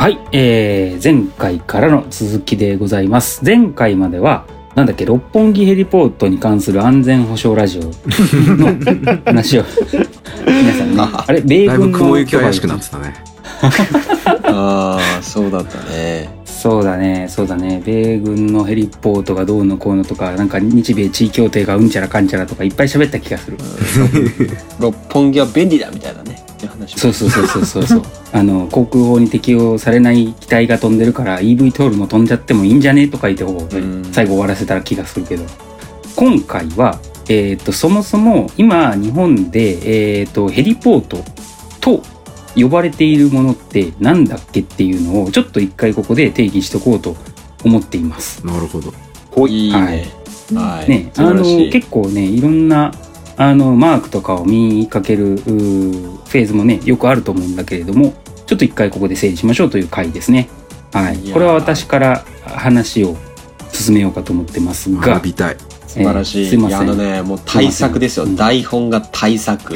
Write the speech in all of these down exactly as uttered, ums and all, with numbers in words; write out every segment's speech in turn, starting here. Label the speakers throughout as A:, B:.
A: はい、えー、前回からの続きでございます。前回まではなんだっけ、六本木ヘリポートに関する安全保障ラジオの話を皆さんね、あれ米軍の
B: だいぶ雲行き怪しくなってたね
C: ああ、そうだったね。
A: そうだね、そうだね。米軍のヘリポートがどうのこうのとか、なんか日米地位協定がうんちゃらかんちゃらとかいっぱい喋った気がする。
C: 六本木は便利だみたいなね。
A: そうそうそうそうそうそうあの航空法に適用されない機体が飛んでるから イーブイ トールも飛んじゃってもいいんじゃねとか言ってほぼ最後終わらせたら気がするけど、今回は、えー、とそもそも今日本で、えー、とヘリポートと呼ばれているものってなんだっけっていうのをちょっと一回ここで定義しとこうと思っています。
B: なるほど。
C: ほいいね、
A: はい、ね、あの結構ねいろんなあのマークとかを見かけるフェーズもねよくあると思うんだけれども、ちょっと一回ここで整理しましょうという回ですね。はい、これは私から話を進めようかと思ってますが、
B: 学びたい。
C: 素晴らしい。えー、すいません。いや、あのね、もう大作ですよ。台本が大作。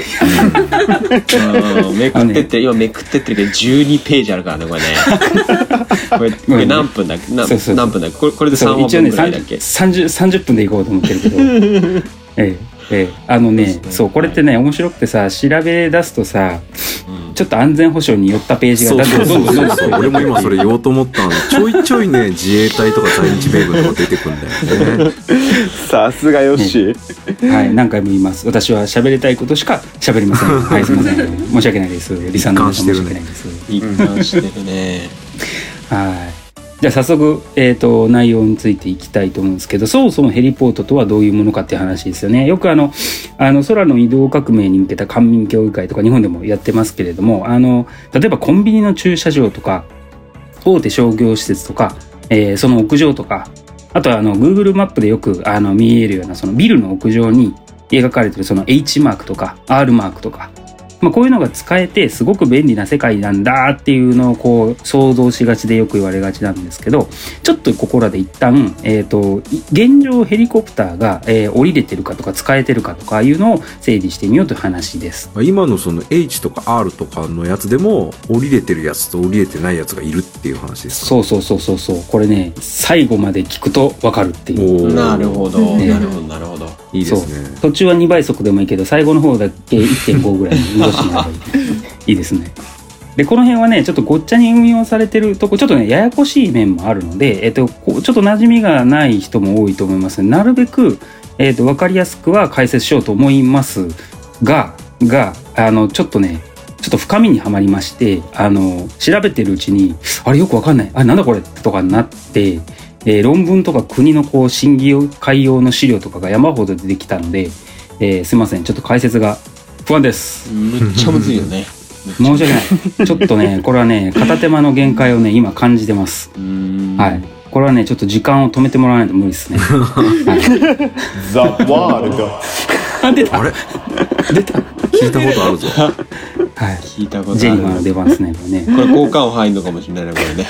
C: めくってって、今めくってってるけどじゅうにページあるからね、これね。これ、これ何分だっけ？な
A: そうそうそう
C: 何分だっけ？これ、これでさんわぶんぐらいだっけ？
A: さんじゅう、さんじゅっぷんでいこうと思ってるけど。ええええ、あのね、そう、ね、そうこれってね面白くてさ、調べ出すとさ、うん、ちょっと安全保障に寄ったページがだんだんどんどんどんどん
B: 俺も今それ言おうと思ったの。ちょいちょいね自衛隊とか在日米軍とか出てくんだよね。
D: さすがよし、
A: ね、はい何回も言います。私は喋りたいことしか喋りません。はいすみません申し訳ないです。リサの皆さん申し訳ないです。
C: 一貫してるね。
A: はい。じゃあ早速、えーと、内容についていきたいと思うんですけど、そもそもヘリポートとはどういうものかっていう話ですよね。よくあのあの空の移動革命に向けた官民協議会とか日本でもやってますけれども、あの例えばコンビニの駐車場とか大手商業施設とか、えー、その屋上とか、あとはあの Google マップでよくあの見えるようなそのビルの屋上に描かれてるその H マークとか R マークとか、まあ、こういうのが使えてすごく便利な世界なんだっていうのをこう想像しがちでよく言われがちなんですけど、ちょっとここらで一旦、えーと、現状ヘリコプターが、えー、降りれてるかとか使えてるかとかいうのを整理してみようという話です。
B: 今のその H とか R とかのやつでも降りれてるやつと降りれてないやつがいるっていう話ですか？
A: そうそうそうそうそう、これね最後まで聞くと分かるっていう。
C: なるほど、ね、なるほどなるほど、
B: いいですね。
A: 途中はにばい速でもいいけど最後の方だけ いってんご ぐらいに戻してもらえばいいいいですね。でこの辺はねちょっとごっちゃに運用されてるとこちょっとねややこしい面もあるので、えっと、こうちょっと馴染みがない人も多いと思いますので、なるべく、えっと、分かりやすくは解説しようと思いますががあのちょっとねちょっと深みにはまりまして、あの調べてるうちにあれよくわかんない、あなんだこれとかになって、えー、論文とか国のこう審議会用の資料とかが山ほど出てきたので、えー、すいませんちょっと解説が不安です。
C: むっちゃむずいよね。
A: 申し訳ない。ちょっとねこれはね片手間の限界をね今感じてます。はい。これはねちょっと時間を止めてもらわないと無理ですね。はい、
D: ザ・ワールド。
A: あ出た。
B: あれ
A: 出た。
B: 聞いたことあるぞ。
A: はい。
C: 聞いたことある。
A: ジェニファーの出番ですねこれね。
C: これ交換入るのかもしれないねこれね。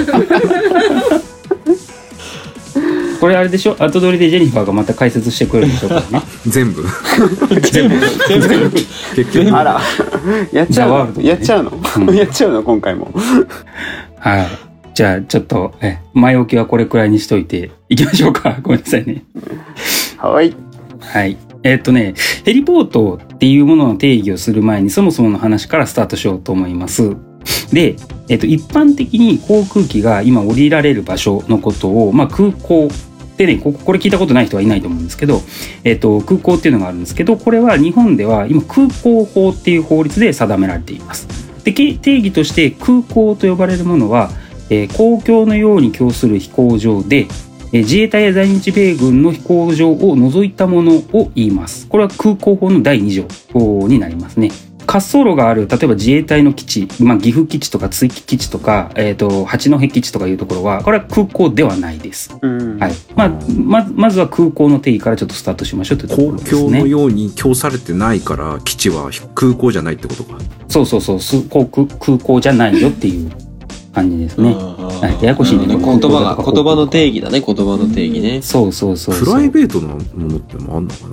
A: これあれでしょ、後取りでジェニファーがまた解説してくれるでしょうからね。
B: 全部
C: 全部全部
B: 結局
D: あらやっちゃうの、ね、やっちゃうの、うん、やっちゃうの今回も。
A: はい。じゃあちょっとえ前置きはこれくらいにしといていきましょうか。ごめんなさいね。
D: はい
A: はい。えー、っとねヘリポートっていうものの定義をする前にそもそもの話からスタートしようと思います。で、えー、と一般的に航空機が今降りられる場所のことを、まあ、空港でね、これ聞いたことない人はいないと思うんですけど、えっと、空港っていうのがあるんですけど、これは日本では今空港法っていう法律で定められています。で、定義として空港と呼ばれるものは、えー、公共のように供する飛行場で、えー、自衛隊や在日米軍の飛行場を除いたものを言います。これは空港法のだいに条になりますね。滑走路がある例えば自衛隊の基地、まあ、岐阜基地とか築城基地とか、えー、と八戸基地とかいうところはこれは空港ではないです、うんはいまあ、ま, まずは空港の定義からちょっとスタートしましょうというところですね。
B: 公共のように供されてないから基地は空港じゃないってことか。
A: そうそうそう、空港、空港じゃないよっていう感じですね。はい、ややこしいね。
C: 言葉が言葉の定義だね、言葉の定義ね。
A: そうそうそうそう。
B: プライベートなものってもあんのかな。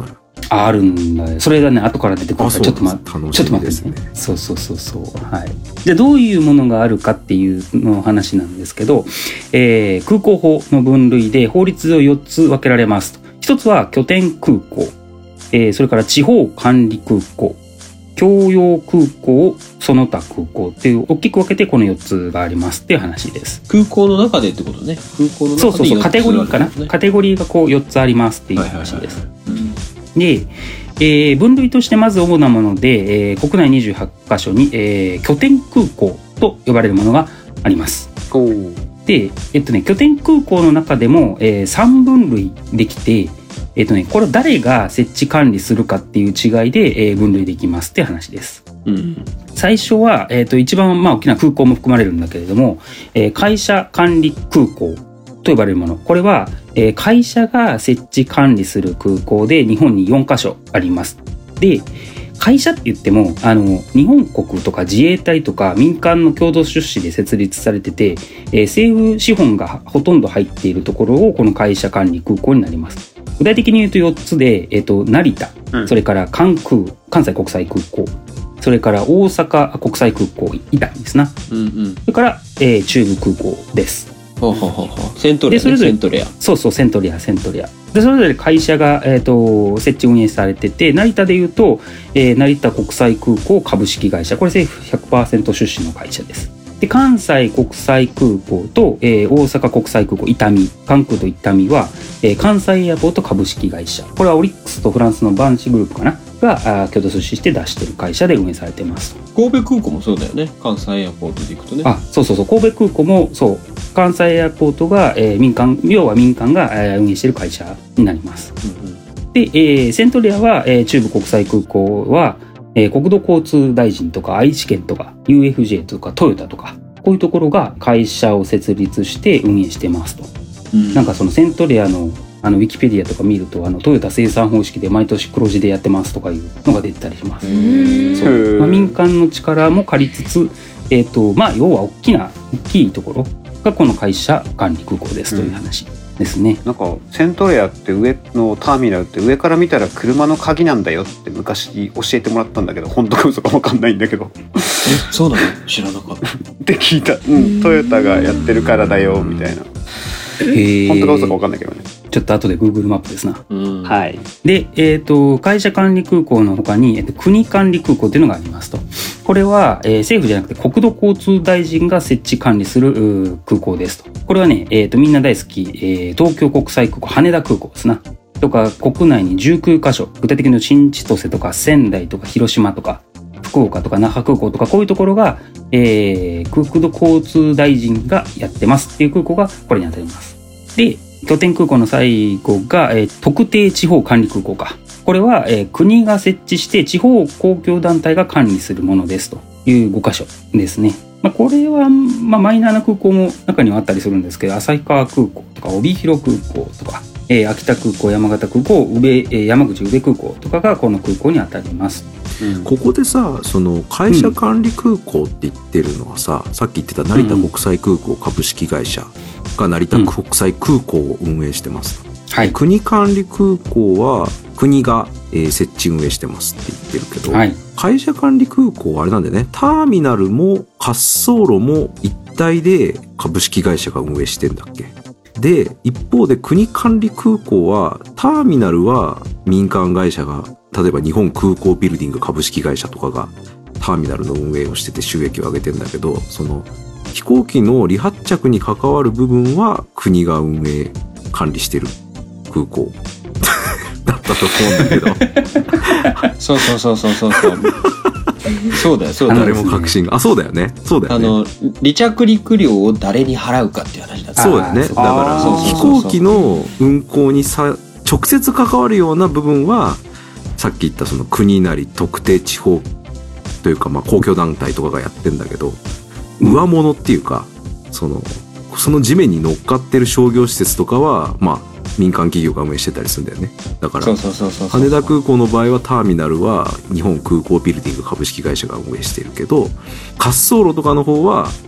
A: ああるんだよ。それがね後から出てくるからちょっと待って、
B: 楽
A: ちょっと待って
B: しみですね。
A: そうそうそうそう。はい。じゃあどういうものがあるかっていうの話なんですけど、えー、空港法の分類で法律をよっつ分けられますと。一つは拠点空港、えー、それから地方管理空港、共用空港、その他空港っていう大きく分けてこのよっつがありますっていう話です。
C: 空港の中でってことね。空港の中で
A: そうそうそう、カテゴリーかな、
C: ね、
A: カテゴリーがこうよっつありますっていう話です。
C: はいはいはいはい、
A: で、えー、分類としてまず主なもので、えー、国内にじゅうはちカ所に、えー、拠点空港と呼ばれるものがあります。
D: おー。
A: で、えっとね、拠点空港の中でも、えー、さんぶん類できて、えっとね、これを誰が設置管理するかっていう違いで、えー、分類できますって話です。
C: うん、
A: 最初は、えっと、一番、まあ、大きな空港も含まれるんだけれども、えー、会社管理空港と呼ばれるもの。これは、えー、会社が設置管理する空港で日本によんカ所あります。で、会社って言ってもあの日本国とか自衛隊とか民間の共同出資で設立されてて、えー、政府資本がほとんど入っているところをこの会社管理空港になります。具体的に言うとよっつで、えー、と成田、うん、それから関空、関西国際空港、それから大阪国際空港伊丹ですな、うんうん、それから、えー、中部空港です。
C: ほうほうほうほう。セントレア、ね、
A: でそれぞれ
C: セントレア。
A: そうそう、セントレアセントレアで、それぞれ会社が、えー、と設置運営されてて、成田でいうと、えー、成田国際空港株式会社、これ政府 ひゃくパーセント 出資の会社です。で、関西国際空港と、えー、大阪国際空港伊丹、関空と伊丹は、えー、関西エアポート株式会社、これはオリックスとフランスのバンシグループかなが共同出資して出している会社で運営されています。
C: 神戸空港もそうだよね。関西エアポートで行くとね。
A: あ、そうそうそう、神戸空港もそう、関西エアポートが、えー、民間、要は民間が、えー、運営している会社になります。うんうん、で、えー、セントレアは、えー、中部国際空港は、えー、国土交通大臣とか愛知県とか ユーエフジェー とかトヨタとか、こういうところが会社を設立して運営してますと。うん、なんかそのセントレアのあのウィキペディアとか見ると、あのトヨタ生産方式で毎年黒字でやってますとかいうのが出てたりします。そう、まあ、民間の力も借りつつ、えーとまあ、要は大きな大きいところがこの会社管理空港ですという話ですね。
D: うん、なんかセントレアって上のターミナルって上から見たら車の鍵なんだよって昔教えてもらったんだけど、本当か嘘か分かんないんだけど。
C: え、そうなの？知らなかった。
D: って聞いた。うん、トヨタがやってるからだよみたいな。
A: へ
D: 本当か嘘か分かんないけどね。
A: ちょっと後で Google マップですな。
C: うん、
D: はい。
A: で、えっと、会社管理空港の他に、えっと、国管理空港っていうのがありますと。これは、えー、政府じゃなくて国土交通大臣が設置管理する空港ですと。これはね、えっと、みんな大好き、えー、東京国際空港、羽田空港ですな。とか、国内にじゅうきゅうカ所、具体的に新千歳とか仙台とか広島とか、福岡とか那覇空港とか、こういうところが、えー、国土交通大臣がやってますっていう空港がこれに当たります。で、拠点空港の最後が、えー、特定地方管理空港か。これは、えー、国が設置して地方公共団体が管理するものですというごカ所ですね。まあ、これは、まあ、マイナーな空港も中にはあったりするんですけど、旭川空港とか帯広空港とか、えー、秋田空港、山形空港、宇部、えー、山口宇部空港とかがこの空港に当たります。
B: うん、ここでさ、その会社管理空港って言ってるのはさ、うん、さっき言ってた成田国際空港株式会社が成田国際空港を運営してます、うんはい、国管理空港は国が、えー、設置運営してますって言ってるけど、はい、会社管理空港はあれなんだよね、ターミナルも滑走路も一体で株式会社が運営してんだっけ。で、一方で国管理空港はターミナルは民間会社が、例えば日本空港ビルディング株式会社とかがターミナルの運営をしてて収益を上げてんだけど、その飛行機の離発着に関わる部分は国が運営管理してる空港だったと思うんだけど
C: そうそうそうそうそうそうそうだよそうだよ。
B: 誰も確信が、あ、そうだよね、そうだよね。あの
C: 離着陸料を誰に払うかっていう話だった。
B: そうだよね。だから飛行機の運航にさ直接関わるような部分はさっき言ったその国なり特定地方というか、まあ公共団体とかがやってんだけど、上物っていうか、そのその地面に乗っかってる商業施設とかはまあ民間企業が運営してたりするんだよね。だから羽田空港の場合はターミナルは日本空港ビルディング株式会社が運営しているけど、滑走路とかの方は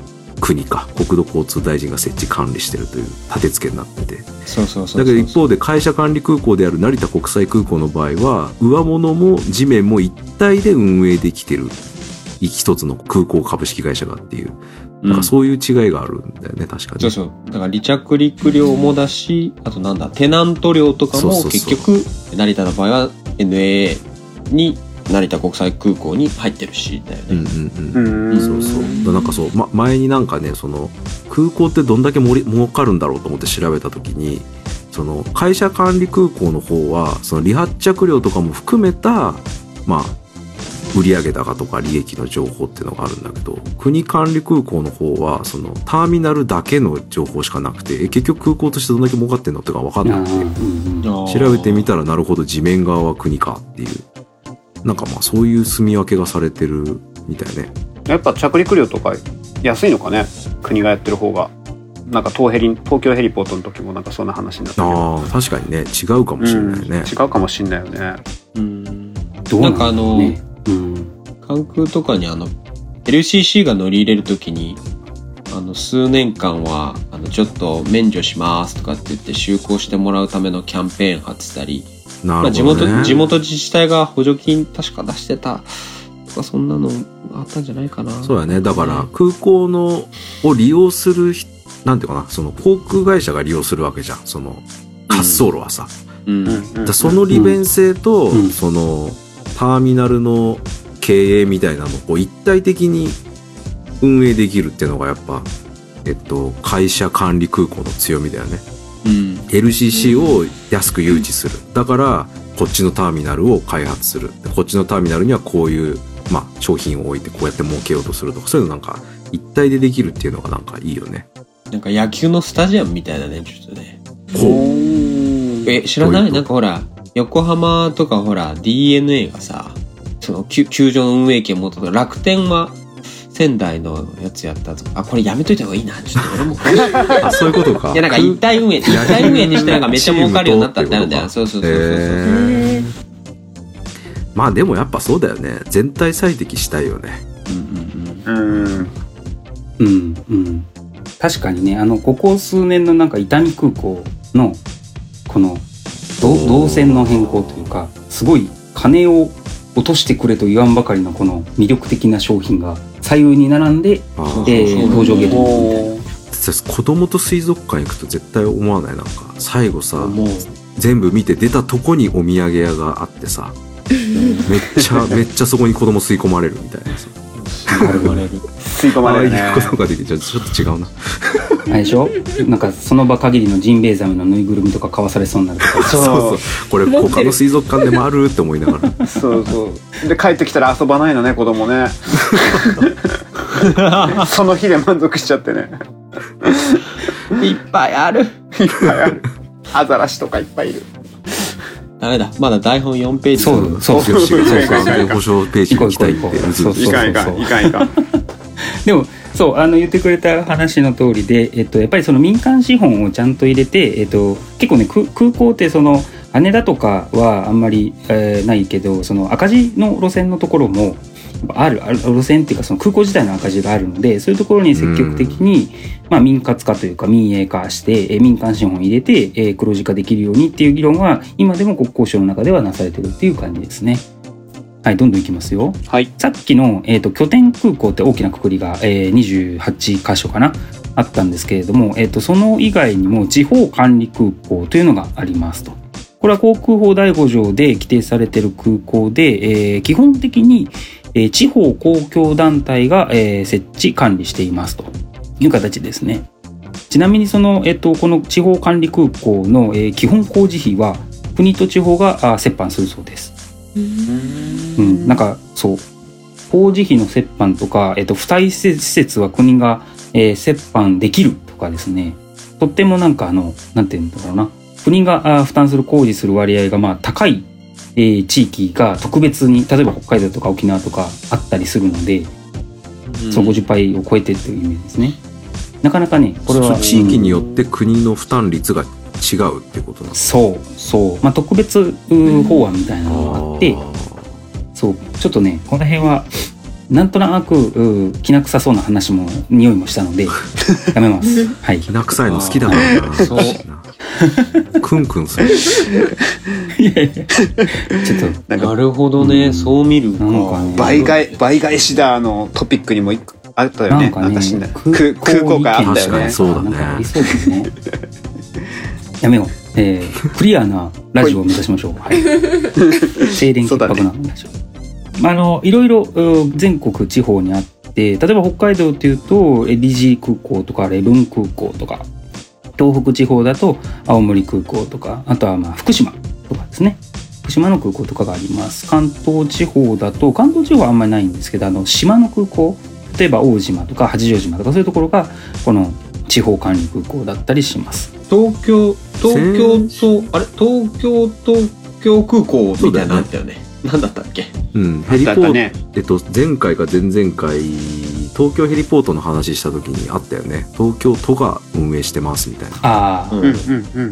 B: 国か国土交通大臣が設置管理してるという立て付けになってて、
C: そうそうそうそう。
B: だけど一方で会社管理空港である成田国際空港の場合は上物も地面も一体で運営できてる一つの空港株式会社がっていう、なんかそういう違いがあるんだよね、確かに。
C: そうそう。だから離着陸料もだし、あとなんだ、テナント料とかも結局、成田の場合は エヌエーエー に成田国際空港に入ってるし、だよね。
B: うんうんうん。そうそう。だなんかそう、ま、前になんかね、その空港ってどんだけもり儲かるんだろうと思って調べたときに、その会社管理空港の方は、その離発着料とかも含めた、まあ、売上高とか利益の情報っていうのがあるんだけど、国管理空港の方はそのターミナルだけの情報しかなくて、え結局空港としてどんだけ儲かってんのってか分かんなくて、調べてみたらなるほど地面側は国かっていう、なんかまあそういう住み分けがされてるみたいね。
D: やっぱ着陸料とか安いのかね、国がやってる方が。なんか東ヘリ東京ヘリポートの時もなんかそんな話になったけど。
B: ああ、確かにね、違うかもしれないね、うん、
D: 違うかもしれないよね。
C: うん、どうなんかあの、ね、うん、関空とかにあの エルシーシー が乗り入れるときにあの数年間はあのちょっと免除しますとかって言って就航してもらうためのキャンペーン張ってたり、
B: なるほどね、まあ、
C: 地元地元自治体が補助金確か出してたとかそんなのあったんじゃないかな。
B: そうだね。だから空港のを利用するなんていうかな、その航空会社が利用するわけじゃん、その滑走路はさ、うんうん、だその利便性と、うん、そのターミナルの経営みたいなのを一体的に運営できるっていうのがやっぱ、えっと、会社管理空港の強みだよね、うん、エルシーシー を安く誘致する。だからこっちのターミナルを開発する。こっちのターミナルにはこういう、まあ、商品を置いてこうやって儲けようとするとか、そういうのなんか一体でできるっていうのがなんかいいよね。
C: なんか野球のスタジアムみたいだね、ちょっとね。え、知らない？なんかほら、横浜とかほら ディーエヌエー がさ、その球場の運営権持ったとか、楽天は仙台のやつやったとか、あ、これやめといた方がいいな、ちょっと俺も
B: あ、そういうことか。
C: いや、なんか一体運営、一体運営にしてなんかめっちゃ儲かるようになったんだよね。そうそうそうそうそう。
B: まあでもやっぱそうだよね。全体最適したいよね。
D: うんうんうん。うん
A: うんうん。確かにね、あのここ数年のなんか伊丹空港のこの動線の変更というか、すごい金を落としてくれと言わんばかりのこの魅力的な商品が左右に並んで、えー、搭乗ゲートみたいな。
B: 子供と水族館行くと絶対思わない？なんか最後さ、全部見て出たとこにお土産屋があってさ、めっちゃめっちゃそこに子供吸い込まれるみたいなさ。
D: 吸い込まれるね。
B: ああいうことができちゃう。ちょっと違うな。
A: あれでしょ、なんかその場限りのジンベエザメのぬいぐるみとか買わされそうになるとか。
B: そうそう、これ他の水族館でもあるって思いながら。
D: そうそうで帰ってきたら遊ばないのね、子供ね。その日で満足しちゃってね。
C: いっぱいあるいっ
D: ぱいある。アザラシとかいっぱいいる。
C: ダメだ、まだ台本よんページ。
A: そうそうそうそう
B: そうそう、安全保障ページに行きたいって。
D: いかんいかんいかんいかん。
A: でもそう、あの言ってくれた話の通りで、えっと、やっぱりその民間資本をちゃんと入れて、えっと、結構ね空港ってその羽田とかはあんまり、えー、ないけど、その赤字の路線のところもある、ある路線っていうかその空港自体の赤字があるので、そういうところに積極的に、まあ、民活化というか民営化して、えー、民間資本を入れて、えー、黒字化できるようにっていう議論は今でも国交省の中ではなされてるっていう感じですね。はい、どんどんいきますよ。
C: はい、
A: さっきの、えーと、拠点空港って大きな括りが、えー、にじゅうはちかしょかなあったんですけれども、えーと、その以外にも地方管理空港というのがありますと。これは航空法だいご条で規定されている空港で、えー、基本的に、えー、地方公共団体が、えー、設置管理していますという形ですね。ちなみにその、えーと、この地方管理空港の、えー、基本工事費は国と地方が折半するそうです。うん、なんかそう工事費の折半とか、えっと、付帯施設は国が、えー、折半できるとかですね、とってもなんかあのなんていうんだろうな、国があ負担する工事する割合がまあ高い、えー、地域が特別に例えば北海道とか沖縄とかあったりするので、うん、そう ごじゅっパイを超えてっていうイメージですね。なかなかねこれは
B: 地域によって国の負担率が違うってことなんですか。
A: そうそう、まあ、特別法案みたいなのがあって、うん、そうちょっとねこの辺はなんとなくきな臭そうな話も匂いもしたのでやめます。はい。
B: きな臭いの好きだからな。そう。クンクンする。
A: いやいやちょっと
C: なるほどね、うん、そう見るか。
A: なんかね、
D: 倍返倍返しだのトピックにも一個あったよね。なんかね、なんか空港があったよね。
B: そうだね。
A: ありそうですね。やめよう。えー、クリアなラジオを目指しましょう。はい。静電気潔白なラジオ。あのいろいろ全国地方にあって、例えば北海道っていうとエビジ空港とかレブン空港とか、東北地方だと青森空港とか、あとはまあ福島とかですね。福島の空港とかがあります。関東地方だと、関東地方はあんまりないんですけど、あの島の空港、例えば大島とか八丈島とかそういうところがこの地方管理空港だったりします。
C: 東京東京とあれ東京東京空港みたいなのあったよね。なんだったっけ？
B: うん、ヘリポート、ね、えっと前回か前々回東京ヘリポートの話した時にあったよね。東京都が運営してますみたいな。
A: ああ、うんうんうん。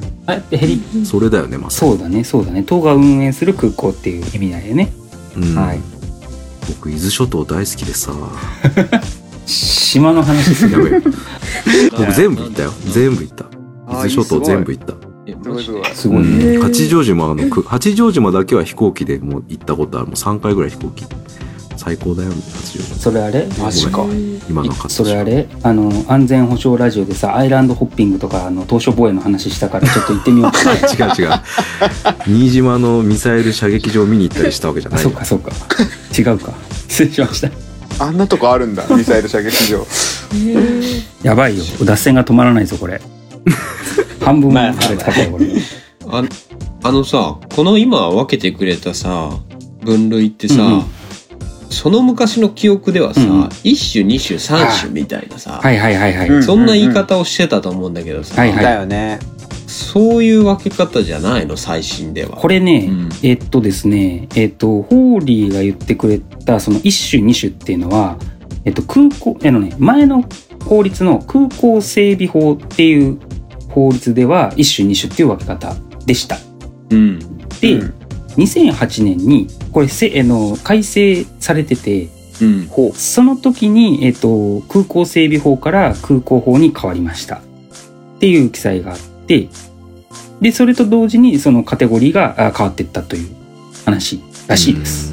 A: あれヘリ
B: それだよね、まさ
A: に。そうだねそうだね。都が運営する空港っていう意味だよね。
B: うん、
A: はい。
B: 僕伊豆諸島大好きでさ。
A: 島の話する。
B: 僕全部行ったよ。全部行った。伊豆諸島全部行った。
A: すごいね。
B: 八丈島の八丈島だけは飛行機でもう行ったことある。もうさんかいぐらい飛行機。最高だよ八丈島。
A: それあれ？
D: マジか。
B: 今の
A: それあれ？あの安全保障ラジオでさ、アイランドホッピングとかあの島しょ防衛の話したからちょっと行ってみようか。
B: 違う違う。新島のミサイル射撃場見に行ったりしたわけじゃない。
A: そうかそうか。違うか。失礼しました。
D: あんなとこあるんだ、ミサイル射撃場。
A: やばいよ、脱線が止まらないぞこれ。半分まで使ったよこれ。
C: あ, あのさ、この今分けてくれたさ分類ってさ、うんうん、その昔の記憶ではさ、うん、一種二種三種みたいなさ、
A: はいはいはいはい、
C: そんな言い方をしてたと思うんだけどさ、
A: はいはい、
D: だよね。
C: そういう分け方じゃないの最新では。
A: これね、うん、えっとですねえっとホーリーが言ってくれたその一種二種っていうのは、えっと空港あのね前の法律の空港整備法っていう法律では一種二種っていう分け方でした。
C: うん、
A: で、うん、にせんはちねんにこれせあの改正されてて、
C: うん、
A: その時に、えっと、空港整備法から空港法に変わりましたっていう記載があって、でそれと同時にそのカテゴリーが変わっていったという話らしいです。
B: うん、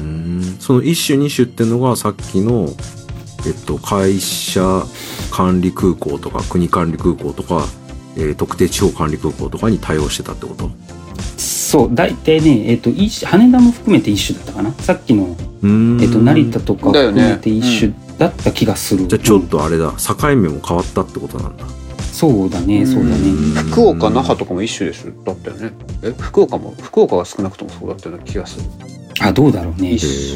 B: その一種二種っていうのがさっきの、えっと、会社管理空港とか国管理空港とか、えー、特定地方管理空港とかに対応してたってこと？
A: そう大体ね、えっと、羽田も含めて一種だったかな。さっきの、えっと、成田とか含めて一種だった気がする、ね。うん、
B: じゃあちょっとあれだ、境目も変わったってことなんだ。
A: そうだねそうだね。
D: 福岡那覇とかも一種でしょだったよね。え福岡も福岡は少なくともそうだったような気がする。
A: あどうだろうね。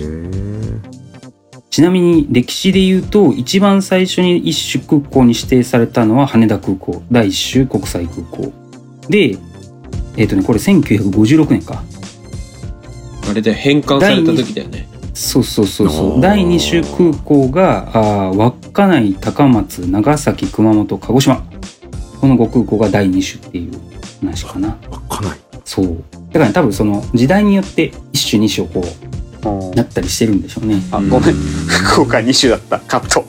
A: ちなみに歴史で言うと一番最初に一種空港に指定されたのは羽田空港、第一種国際空港で、えっとねこれせんきゅうひゃくごじゅうろくねんか。
C: あれで返還された時だよね。
A: そうそうそうそう。第二種空港があ稚内、高松、長崎、熊本、鹿児島、このご空港が第二種っていう話かな。
B: 稚内。
A: そう。だから、ね、多分その時代によって一種二種をこうなったりしてるんでしょうね。
D: あごめん。福岡二種だったカット。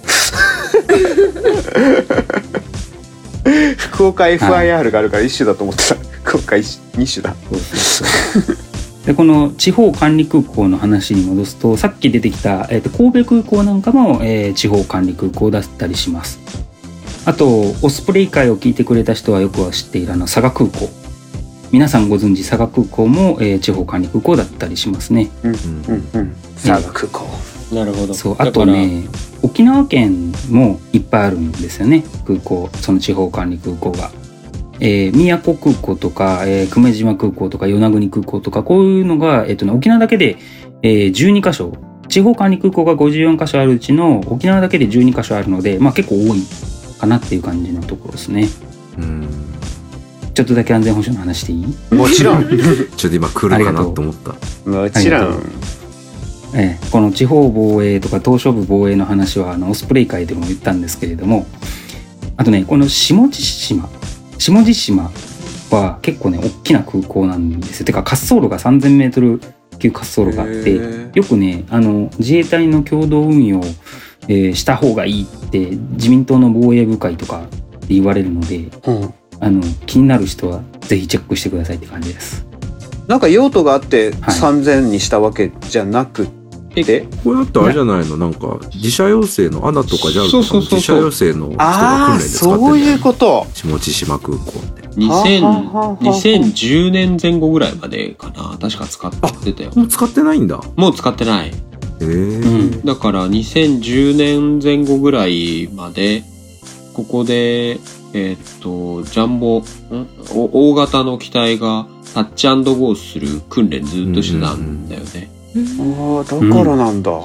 D: 福岡 エフアイアール があるから一種だと思ってた。福岡二種だ。そうそうそう
A: でこの地方管理空港の話に戻すと、さっき出てきた、えー、と神戸空港なんかも、えー、地方管理空港だったりします。あとオスプレイ会を聞いてくれた人はよくは知っているあの佐賀空港、皆さんご存知佐賀空港も、えー、地方管理空港だったりしますね。
D: うんうんうん、佐賀空港、
C: えー、なるほど。
A: そうあとね沖縄県もいっぱいあるんですよね空港、その地方管理空港が。えー、宮古空港とか、えー、久米島空港とか与那国空港とかこういうのが、えーとね、沖縄だけで、えー、じゅうにかしょ、地方管理空港がごじゅうよんかしょあるうちの沖縄だけでじゅうにかしょあるので、まあ、結構多いかなっていう感じのところですね。
B: うん
A: ちょっとだけ安全保障の話していい？
D: もちろん。
B: ちょっと今来るかなと思った。
D: もちろん。
A: えー、この地方防衛とか島しょ部防衛の話はあのオスプレイ会でも言ったんですけれども、あとねこの下地島下地島は結構ね大きな空港なんですよ。てか滑走路がさんぜんメートル級滑走路があってよくねあの自衛隊の共同運用、えー、した方がいいって自民党の防衛部会とかで言われるので、うん、あの気になる人はぜひチェックしてくださいって感じです。
D: なんか用途があってさんぜんにしたわけじゃなくて、
B: これだってあれじゃないの、なんか自社要請のアナとかジャルとかの自社要請の人が訓練で使ってるんだよ。
D: そういうこと。
B: 下地島空港って
C: にせんじゅうねんぜん後ぐらいまでかな、確か使ってたよ。
B: もう使ってないんだ。
C: もう使ってない。へ
B: え、うん、
C: だからにせんじゅうねんぜん後ぐらいまでここでえー、っとジャンボん大型の機体がタッチ&ゴーする訓練ずっとしてたんだよね。
D: ああ、だからなんだ。うん、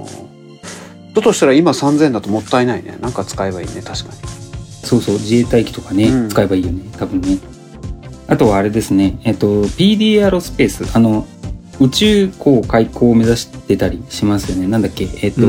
D: だとしたら今さんぜんだともったいないね。なんか使えばいいね、確かに。
A: そうそう、自衛隊機とかね、うん、使えばいいよね、多分ね。あとはあれですね、えっと ピーディー エアロスペース、あの宇宙港開港を目指してたりしますよね。なんだっけ、えっと、うん、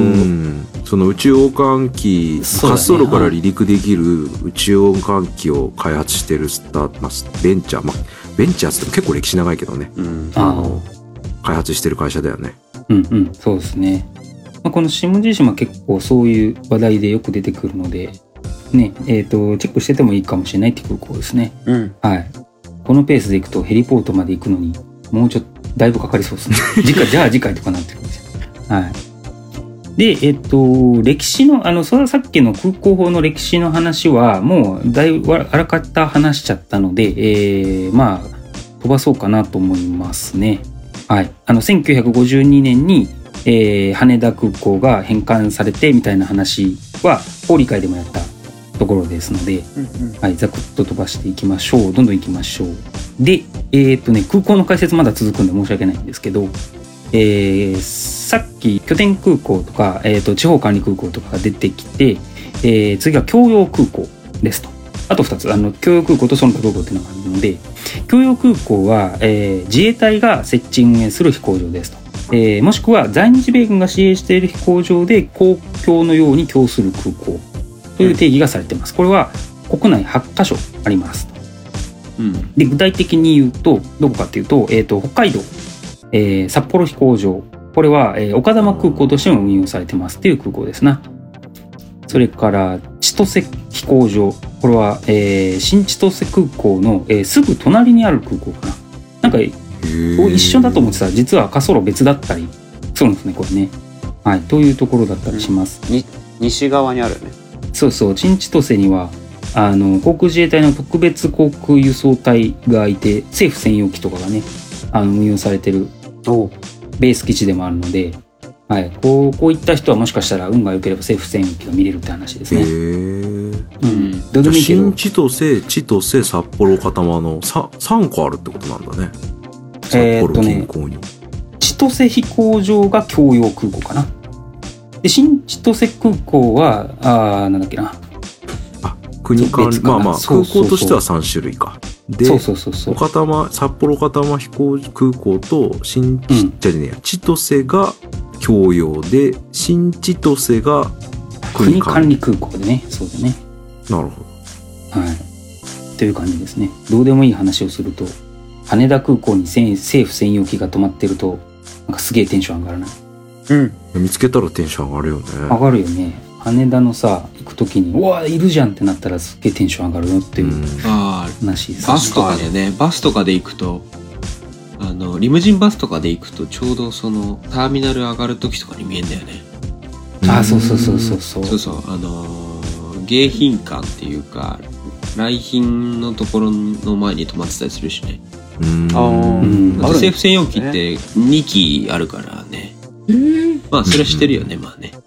B: その宇宙王冠機、ね、滑走路から離陸できる宇宙王冠機を開発してるスター、まあ、ベンチャー、まあ、ベンチャーって結構歴史長いけどね、うん、あの開発してる会社だよね。
A: うんうん、そうですね。まあ、この下地島結構そういう話題でよく出てくるので、ね、えっとチェックしててもいいかもしれないって空港ですね。うん、はい。このペースで行くとヘリポートまで行くのにもうちょっとだいぶかかりそうですね。次回じゃあ次回とかなってくるんですよ。はい。で、えっと歴史のあのそれはさっきの空港法の歴史の話はもうだいぶあらかた話しちゃったので、えー、まあ飛ばそうかなと思いますね。はい。あのせんきゅうひゃくごじゅうにねんに、えー、羽田空港が返還されてみたいな話は法理会でもやったところですので、うんうん、はい、ざくっと飛ばしていきましょう。どんどん行きましょう。で、えーっとね、空港の解説まだ続くんで申し訳ないんですけど、えー、さっき拠点空港とか、えーっと地方管理空港とかが出てきて、えー、次は共用空港ですと。あとふたつ、あの共用空港とその他空港っていうのがあるので、共用空港は、えー、自衛隊が設置運営する飛行場ですと。えー、もしくは在日米軍が支援している飛行場で公共のように供する空港という定義がされています。これは国内はちカ所ありますと。うん、で具体的に言うとどこかというと、えー、と北海道、えー、札幌飛行場、これは、えー、丘珠空港としても運用されてますっていう空港ですな。それから千歳飛行場、これは、えー、新千歳空港の、えー、すぐ隣にある空港かな。なんか一緒だと思ってたら実は滑走路別だったりするんですね、これね。はい、というところだったりします。
D: うん、に西側にあるね。
A: そうそう、新千歳にはあの航空自衛隊の特別航空輸送隊がいて、政府専用機とかがねあの運用されてるベース基地でもあるので、はい、こうこういった人はもしかしたら運が良ければ政府専用機が見れるって話ですね。へ
B: ー、うん、どうでもいいけど、新千歳、千歳、札幌、丘珠の 3, さんこあるってことなんだね。札幌近郊に、えーっとね、
A: 千歳飛行場が共用空港かな。で新千歳空港はあなんだっけな、
B: 国間、まあまあ空港としてはさん種類か。で、
A: そうそうそうそう、
B: 丘珠、札幌丘珠飛行空港と新千、うん、じゃねえや、千歳が共用で、新千歳が
A: 国管理空港でね。そうだね。
B: なるほ
A: ど。はい。という感じですね。どうでもいい話をすると、羽田空港に政府専用機が止まってると、なんかすげえテンション上がらない？
B: うん。見つけたらテンション上がるよね。
A: 上がるよね。羽田のさ行く時にうわいるじゃんってなったらすっげえテンション上がるよっていう話です。
C: バスとかでね、バスとかで行くと、あのリムジンバスとかで行くとちょうどそのターミナル上がる時とかに見えんだよね。
A: あ、そうそうそうそうそう
C: そうそう、あのー、迎賓館っていうか来賓のところの前に止まってたりするしね。うん、あ、うん、政府専用機ってにきあるからね。まあそれは知ってるよね、まあね。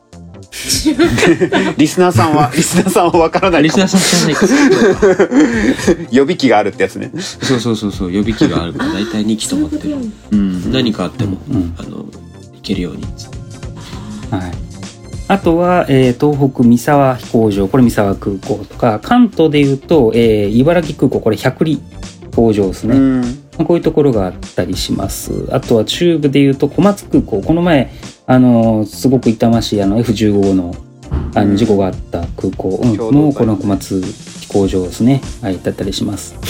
D: リスナーさんはリスナーさんは分からないかも。
C: リスナーさん知らないか
D: 予備機があるってやつね。
C: そうそうそうそう、予備機があるから大体にき止まってる。うん、何かあっても、うん、あの行けるように。
A: はい。あとは、えー、東北三沢飛行場、これ三沢空港とか、関東でいうと、えー、茨城空港、これ百里飛行場ですね。うん、まあ、こういうところがあったりします。あとは中部でいうと小松空港、この前あのすごく痛ましいあの エフじゅうご のあの事故があった空港、うん、のこの小松飛行場ですね、はい、だったりします。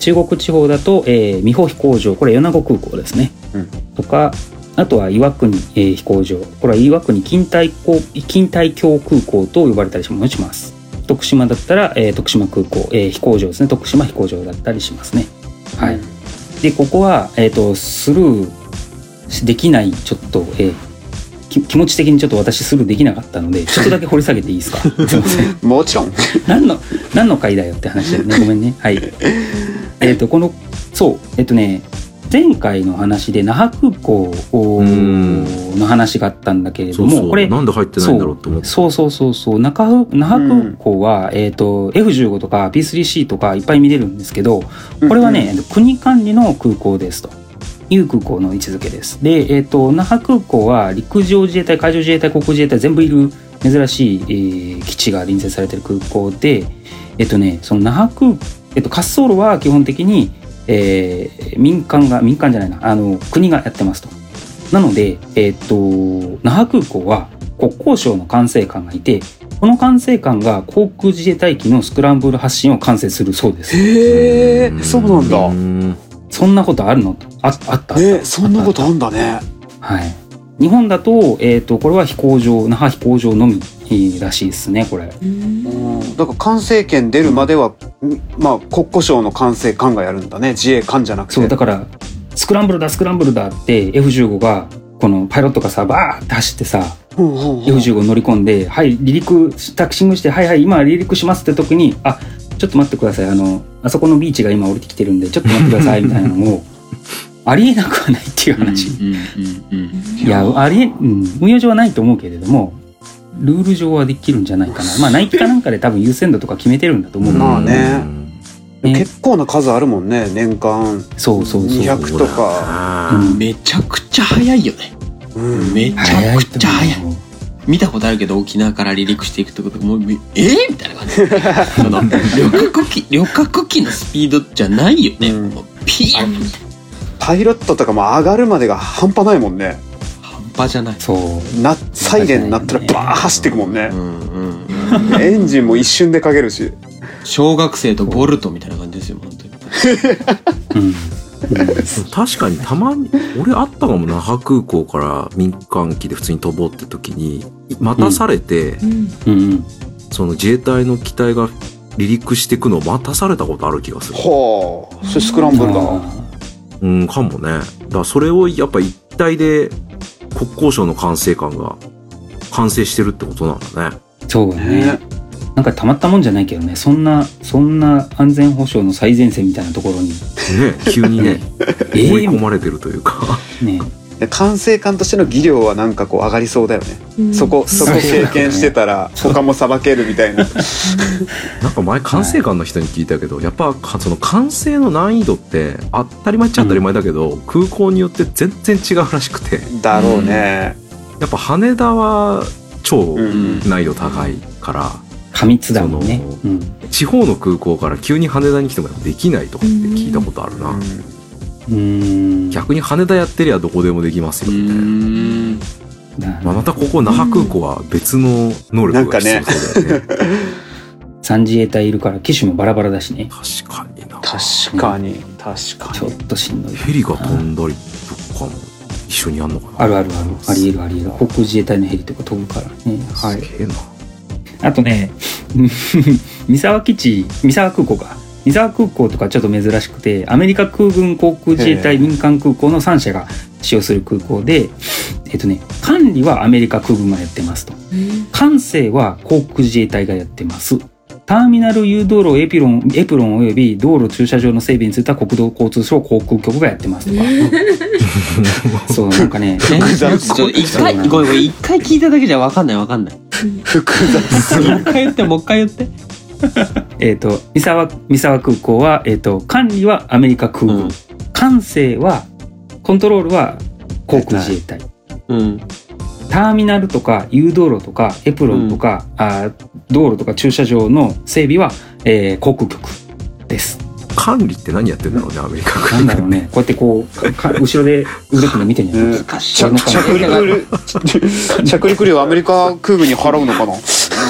A: 中国地方だと、えー、美保飛行場、これ米子空港ですね、うん、とか、あとは岩国、えー、飛行場、これは岩国錦帯港錦帯橋空港と呼ばれたりします。徳島だったら、えー、徳島空港、えー、飛行場ですね、徳島飛行場だったりしますね。はい。でここは、えーと、スルーできないちょっと、えー、気持ち的にちょっと私スルーできなかったのでちょっとだけ掘り下げていいですか。すいません。
D: もちろん。
A: 何の何の回だよって話だよね。ごめんね。はい。えっとこのそうえっとね前回の話で那覇空港の話があったんだけれども、
B: そうそう
A: これ
B: なんで入ってないんだろうと思って。
A: そうそうそうそう那覇那覇空港は、うん、えっと エフじゅうご とか ピースリーシー とかいっぱい見れるんですけど、これはね、うんうん、国管理の空港ですと。いう空港の位置づけです。で、えっと那覇空港は陸上自衛隊、海上自衛隊、航空自衛隊全部いる珍しい、えー、基地が隣接されている空港で、えっとねその那覇空、えっと滑走路は基本的に、えー、民間が民間じゃないなあの国がやってますと。なので、えっと那覇空港は国交省の管制官がいて、この管制官が航空自衛隊機のスクランブル発進を管制するそうです。
D: へー、そうなんだ。
A: うんそんなことあるのと あ, あった
D: えー、そんなことあんだね。
A: はい。日本だと、えーと、これは飛行場、那覇飛行場のみらしいですね、これ。
D: うんだから管制権出るまでは、うん、まあ国交省の管制官がやるんだね、自衛官じゃなくて。
A: そうだからスクランブルだスクランブルだって エフじゅうご がこのパイロットがさバーって走ってさ、うんうんうん、エフじゅうご 乗り込んで、はい離陸タクシングして、はいはい今離陸しますって時に、あちょっと待ってください、あのあそこのビーチが今降りてきてるんでちょっと待ってくださいみたいなのをありえなくはないっていう話。うんうんうんうん、いやありえ、うん、運用上はないと思うけれどもルール上はできるんじゃないかな。まあナイキかなんかで多分優先度とか決めてるんだと思う。
D: まあね、ね結構な数あるもんね、年間
A: そうそうそう
D: にひゃくとか、
C: うん、めちゃくちゃ早いよね、うん、めちゃくちゃ早い。見たことあるけど沖縄から離陸していくってこともうえー、みたいな感じその旅客機旅客機のスピードじゃないよね、うん、もうピーン
D: パイロットとかも上がるまでが半端ないもんね。
C: 半端じゃない。
A: そう
D: なサイレンになったらバーッ走っていくもんね、うんうんうん、エンジンも一瞬でかけるし
C: 小学生とボルトみたいな感じですよ本当に、うん
B: 確かにたまに俺あったかも。那覇空港から民間機で普通に飛ぼうって時に待たされて、うんうん、その自衛隊の機体が離陸していくのを待たされたことある気がする。
D: はあ、それスクランブルだ。
B: うんかもね。だからそれをやっぱ一体で国交省の管制官が管制してるってことなんだね。
A: そうだね。ねなんかたまったもんじゃないけどね、そんなそんな安全保障の最前線みたいなところにね
B: 急にね追い込まれてるというか
A: ね。
D: 管制官としての技量はなんかこう上がりそうだよね、うん、そこそこ経験してたら他もさばけるみたいな
B: なんか前管制官の人に聞いたけど、はい、やっぱその管制の難易度って当たり前っちゃ当たり前だけど、うん、空港によって全然違うらしくて。
D: だろうね、
B: うん、やっぱ羽田は超難易度高いから、うん
A: 過密だもんね、
B: うん、地方の空港から急に羽田に来てもできないとかって聞いたことあるな。うーん逆に羽田やってりゃどこでもできますよみたいな。うーん、まあ、またここ那覇空港は別の能力が必要そうだよね。
A: さん自衛隊いるから機種もバラバラだしね。
B: 確かにな。
D: 確かに、うん、確かに
A: ちょっとしんどい。
B: ヘリが飛んだりとかも一緒にやんのかな。
A: あるあるある、ありえるありえる。航空自衛隊のヘリとか飛ぶからね。はい、
B: すげえな。
A: あとね三沢基地、三沢空港か三沢空港とかちょっと珍しくて、アメリカ空軍航空自衛隊民間空港のさん社が使用する空港で、えっとね管理はアメリカ空軍がやってますと、管制は航空自衛隊がやってます。ターミナル誘導路エピロンエプロンおよび道路駐車場の整備については国土交通省航空局がやってますとか、そうなんかね
C: 一回ごめん一回聞いただけじゃ分かんない分かんない
D: 複雑
C: もう一回言ってもう一回言って
A: えっと三沢三沢空港は、えー、と管理はアメリカ空軍、うん、管制はコントロールは航空自衛隊、うん、ターミナルとか誘導路とかエプロンとか、うん、あ道路とか駐車場の整備は、えー、航空局です。
B: 管理って何やってんだろうね、アメリカ空
A: 軍。なんだろうね、こうやってこうか後ろで腕組んで見てんじゃないですか。
D: 着陸着陸料アメリカ空軍に払うのかな。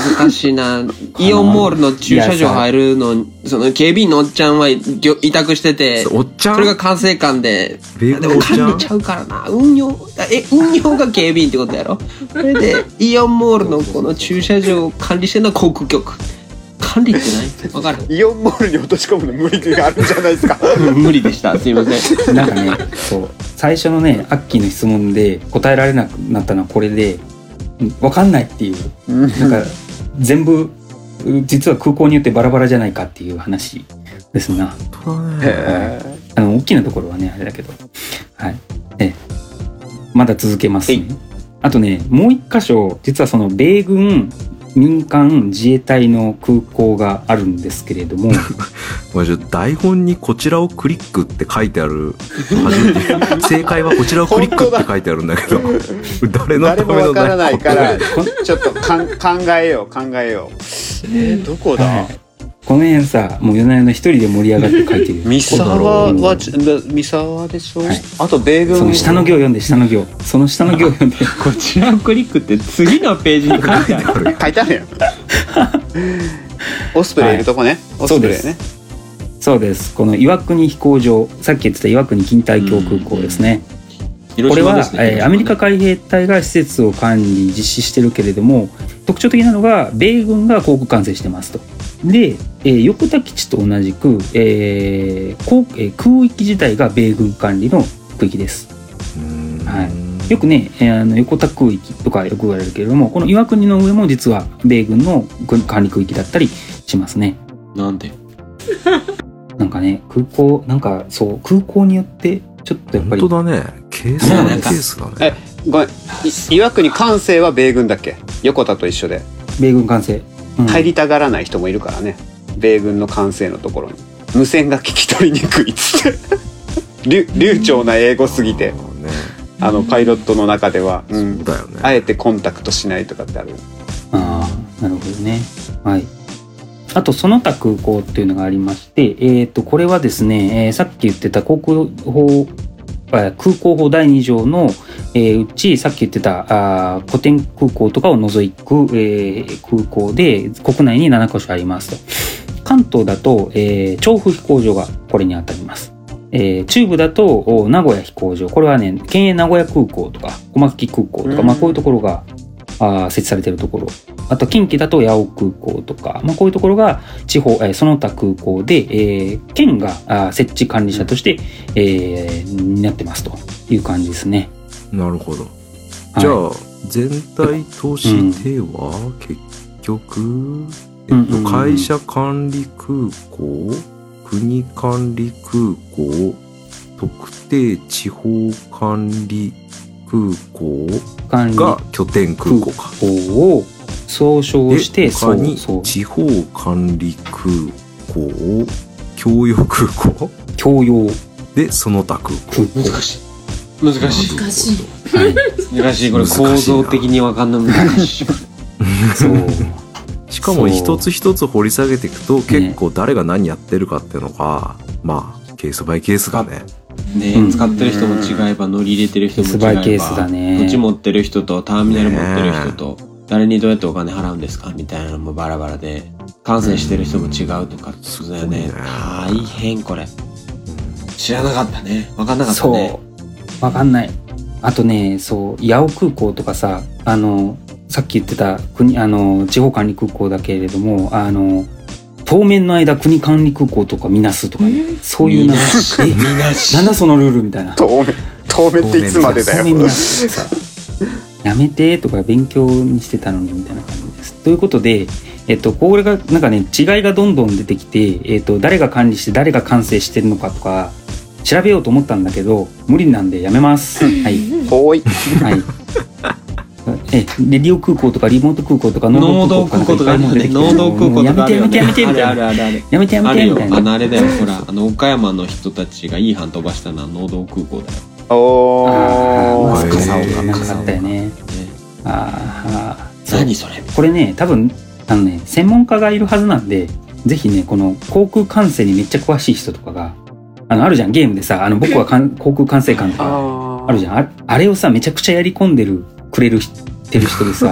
C: 難しいな。イオンモールの駐車場入るの、その警備員のおっちゃんは委託してて、
B: おっちゃん
C: それが管制官で、
B: 米
C: でも管理ちゃうからな。運用、え、運用が警備員ってことやろ。それで、イオンモールのこの駐車場を管理してるのは航空局。管理ってないわかる。
D: イオンモールに落とし込むの無理があるんじゃないですか。
C: 無理でした。すいません。
A: なんかね、そう最初のねアッキーの質問で答えられなくなったのはこれで、分かんないっていう、なんか全部実は空港によってバラバラじゃないかっていう話ですな。
B: へ
A: あの大きなところはねあれだけど、はい、えまだ続けますね。あとねもう一箇所実はその米軍民間自衛隊の空港があるんですけれども
B: 台本にこちらをクリックって書いてある初めて正解はこちらをクリックって書いてあるんだけど誰のための
D: 誰もわからないからちょっとかん考えよう考えよう。えー、どこだ、
A: はいこの辺さもう夜な夜な一人で盛り上がって書いてる
D: 三沢は三沢でしょ、はい、あと米軍
A: その下の行読んで下の行その下の行読んで
C: こちらをクリックって次のページに書いてある
D: 書いてあるやんオスプレイいるとこね、はい、オスプレイね。
A: そうです。この岩国飛行場さっき言ってた岩国錦帯橋空港ですね。これは、えー、アメリカ海兵隊が施設を管理実施してるけれども特徴的なのが米軍が航空管制してますと。で、えー、横田基地と同じく、えー空えー、空域自体が米軍管理の区域です。はい、よくね、えー、あの横田空域とかよく言われるけれどもこの岩国の上も実は米軍の管理区域だったりしますね。
C: なんで
A: なんかね空港なんかそう空港によってちょっとやっぱり
B: 本当だねケースがケースだね。
D: えごめん岩国管制は米軍だっけ横田と一緒で
A: 米軍管制、
D: うん、入りたがらない人もいるからね米軍の管制のところに無線が聞き取りにくいっつって流暢な英語すぎてあのパイロットの中では、うん、
B: そうだよね、
D: あえてコンタクトしないとかってある。
A: ああなるほどね。はい。あとその他空港っていうのがありまして、えー、とこれはですね、えー、さっき言ってた航空法空港法だいに条の、えー、うちさっき言ってたあ古典空港とかを除く、えー、空港で国内にななかしょありますと。関東だと、えー、調布飛行場がこれに当たります。えー、中部だと名古屋飛行場これはね県営名古屋空港とか小牧空港とか、まあ、こういうところがあ設置されているところ、あと近畿だと八尾空港とか、まあ、こういうところが地方、えー、その他空港で、えー、県があ設置管理者として、えー、になってますという感じですね。
B: なるほど。じゃあ、はい、全体としては、うん、結局、えっと、会社管理空港、国管理空港、特定地方管理空港が拠点空港か。
A: 空港を総称して
B: 他に地方管理空港、共用空港、
A: 共用
B: でその他空港。
C: 難しい。難しい。
E: 難しい。
C: はい、難しい。これ構造的に分かんない難しい。
A: そう。
B: しかも一つ一つ掘り下げていくと結構誰が何やってるかっていうのが、ね、まあケースバイケースだね。
C: ね、うん、使ってる人も違えば乗り入れてる人も違えば
A: ケースバイケースだね。
C: 土地持ってる人とターミナル持ってる人と、ね、誰にどうやってお金払うんですかみたいなのもバラバラで感染してる人も違うとかってことだよね。大変これ。知らなかったね。分かんなかったね。
A: そう分かんない。あとねそう八尾空港とかさあのさっき言ってた国あの地方管理空港だけれどもあの当面の間国管理空港とかみなすとか、ね、そういうなえなんだそのルールみたいな
D: 当面当面っていつまでだよ
A: 当面みなすさやめてとか勉強にしてたのにみたいな感じです。ということで、えっと、これがなんかね違いがどんどん出てきて、えっと、誰が管理して誰が管制してるのかとか調べようと思ったんだけど無理なんでやめます。はい
D: ほい
A: はいえレディオ空港とかリモート空港とか
C: 農道空港とかあるよね。農道空港とかあるよね。
A: やめてやめてやめて
C: あるあるある
A: やめてやめてみたいな。
C: あのあれだよほらあの岡山の人たちがいい班飛ばしたのは農道空港だよ。
D: お
A: ーあー
C: 笠岡
A: なかったよね。ああ
C: 何それ
A: これね多分あのね専門家がいるはずなんでぜひねこの航空管制にめっちゃ詳しい人とかがあのあるじゃんゲームでさあの僕はかん航空管制官とかあるじゃん あ, あれをさめちゃくちゃやり込んでるくれるてる人でさ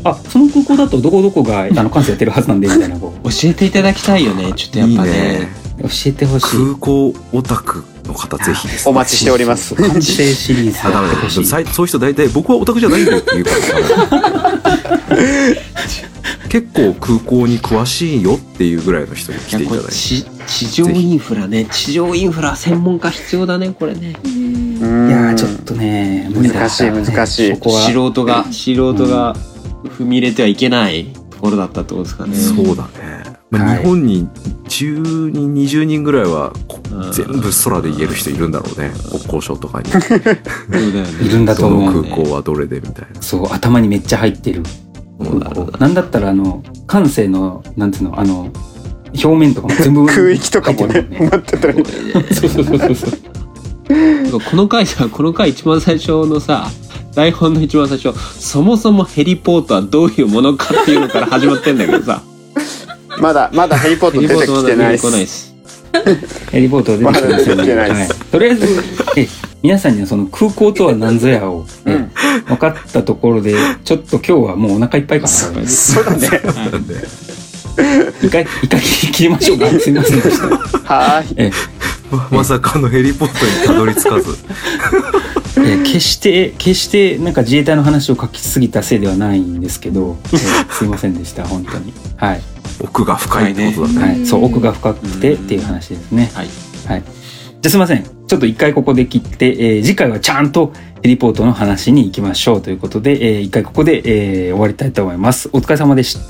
A: あその空港だとどこどこがあの関西やってるはずなんでみたいなこう
C: 教えていただきたいよね。ちょっとやっぱね。いいね、
A: 教えてほしい。
B: 空港オタクの方ぜひです、
D: ね、お待ちしております。
A: 完成シリーズやってほしい。
B: そういう人大体僕はオタクじゃないんだよって言うから結構空港に詳しいよっていうぐらいの人に来ていただいて。
C: 地, 地上インフラね。地上インフラ専門家必要だねこれね。
A: いやちょっとね
D: 難しい難しい。
C: そこは素人が素人が踏み入れてはいけないところだったってことですかね。
B: そうだね。まあ、日本にじゅうにんにじゅうにんぐらいは全部空で言える人いるんだろうね。国交省とかに。そうだよね。
A: いるんだと思う、
B: ね。その空港はどれでみたいな。
A: そう頭にめっちゃ入ってる。なんだったらあの関西のなんていうのあの表面とかも全部
D: 空域とかもね待ってたら
A: そうそうそうそうそう
C: この回さこの回一番最初のさ台本の一番最初そもそもヘリポートはどういうものかっていうのから始まってんだけどさ
D: まだまだヘリポート出てきてないです。
A: ヘリポート出てきてないです、ね。はい、とりあえずえ皆さんにはその空港とは何ぞやを、ねうん、分かったところでちょっと今日はもうお腹いっぱいかな。
D: そうだね。
A: 一回一回切りましょうか。すいませんでした。
D: はい。
B: えま, まさかのヘリポートにたどり着かず。
A: え決して決してなんか自衛隊の話を書きすぎたせいではないんですけど、えすいませんでした本当に。はい。
B: 奥が深いってことだね。
A: はい、そう奥が深くてっていう話ですね。
C: はい。
A: はい。じゃあすいません。ちょっと一回ここで切って、えー、次回はちゃんとヘリポートの話に行きましょうということで、えー、一回ここで、えー、終わりたいと思います。お疲れ様でした。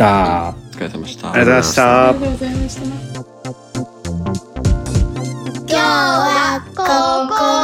C: お疲れ様でした。
D: ありがとうございました。
E: ありがとうございました。今日はここ